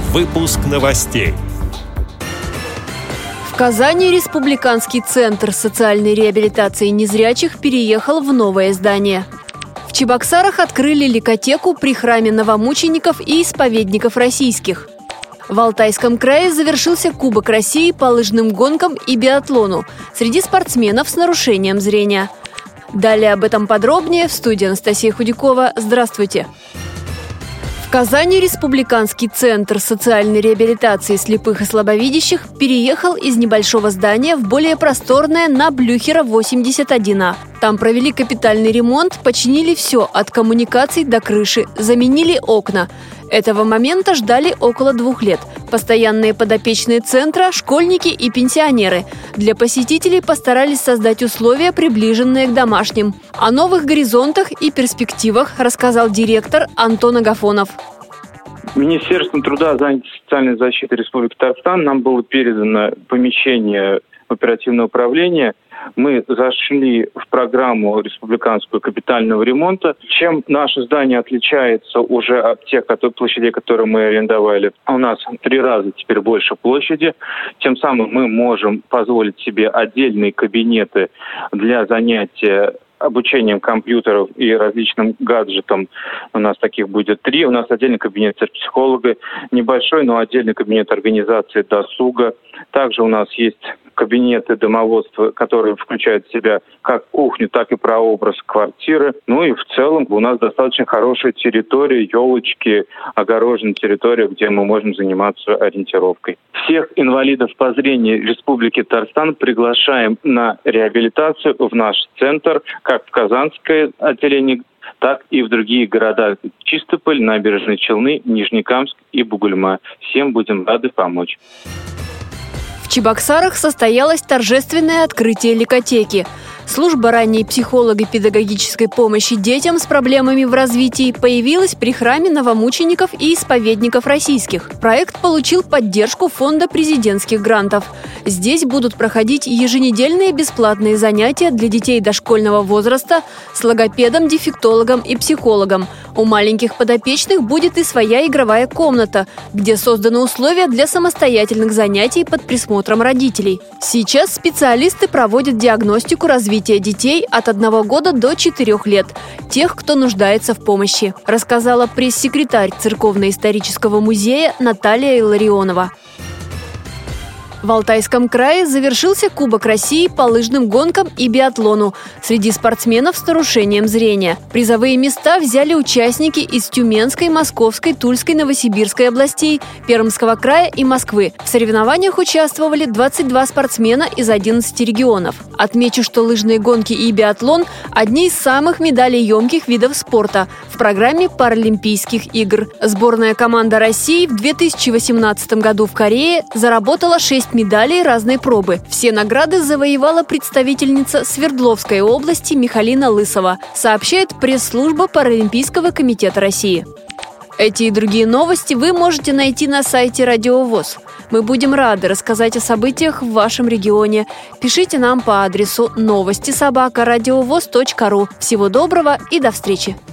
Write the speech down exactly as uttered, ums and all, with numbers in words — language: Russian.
Выпуск новостей. В Казани Республиканский центр социальной реабилитации незрячих переехал в новое здание. В Чебоксарах открыли ликотеку при храме новомучеников и исповедников российских. В Алтайском крае завершился Кубок России по лыжным гонкам и биатлону среди спортсменов с нарушением зрения. Далее об этом подробнее в студии Анастасия Худякова. Здравствуйте! В Казани Республиканский центр социальной реабилитации слепых и слабовидящих переехал из небольшого здания в более просторное на Блюхера восемьдесят один А. Там провели капитальный ремонт, починили все от коммуникаций до крыши, заменили окна. Этого момента ждали около двух лет. Постоянные подопечные центра, школьники и пенсионеры. Для посетителей постарались создать условия, приближенные к домашним. О новых горизонтах и перспективах рассказал директор Антон Агафонов. Министерством труда, занятости и социальной защиты Республики Татарстан нам было передано помещение оперативного управления. Мы зашли в программу республиканского капитального ремонта. Чем наше здание отличается уже от тех площадей, которые мы арендовали? У нас в три раза теперь больше площади. Тем самым мы можем позволить себе отдельные кабинеты для занятия обучением компьютеров и различным гаджетам. У нас таких будет три. У нас отдельный кабинет психолога, небольшой, но отдельный кабинет организации досуга. Также у нас есть кабинеты домоводства, которые включают в себя как кухню, так и прообраз квартиры. Ну и в целом у нас достаточно хорошая территория, елочки, огороженная территория, где мы можем заниматься ориентировкой. Всех инвалидов по зрению Республики Татарстан приглашаем на реабилитацию в наш центр, как в Казанское отделение, так и в другие города: Чистополь, Набережные Челны, Нижнекамск и Бугульма. Всем будем рады помочь. В Чебоксарах состоялось торжественное открытие ликотеки. Служба ранней психолого-педагогической помощи детям с проблемами в развитии появилась при храме новомучеников и исповедников российских. Проект получил поддержку Фонда президентских грантов. Здесь будут проходить еженедельные бесплатные занятия для детей дошкольного возраста с логопедом, дефектологом и психологом. У маленьких подопечных будет и своя игровая комната, где созданы условия для самостоятельных занятий под присмотром родителей. Сейчас специалисты проводят диагностику развития детей от одного года до четырёх лет, тех, кто нуждается в помощи, рассказала пресс-секретарь Церковно-исторического музея Наталья Илларионова. В Алтайском крае завершился Кубок России по лыжным гонкам и биатлону среди спортсменов с нарушением зрения. Призовые места взяли участники из Тюменской, Московской, Тульской, Новосибирской областей, Пермского края и Москвы. В соревнованиях участвовали двадцать два спортсмена из одиннадцати регионов. Отмечу, что лыжные гонки и биатлон – одни из самых медалеемких видов спорта в программе Паралимпийских игр. Сборная команда России в две тысячи восемнадцатом году в Корее заработала шесть медалей разной пробы. Все награды завоевала представительница Свердловской области Михалина Лысова, сообщает пресс-служба Паралимпийского комитета России. Эти и другие новости вы можете найти на сайте Радио ВОС. Мы будем рады рассказать о событиях в вашем регионе. Пишите нам по адресу новости собака радиовос точка ру. Всего доброго и до встречи!